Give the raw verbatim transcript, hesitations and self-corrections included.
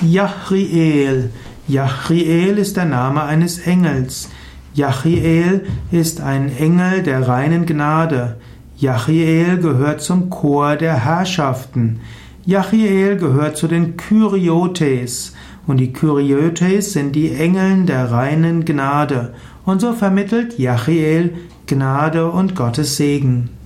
Jachriel. Jachriel ist der Name eines Engels. Jachriel ist ein Engel der reinen Gnade. Jachriel gehört zum Chor der Herrschaften. Jachriel gehört zu den Kyriotes. Und die Kyriotes sind die Engeln der reinen Gnade. Und so vermittelt Jachriel Gnade und Gottes Segen.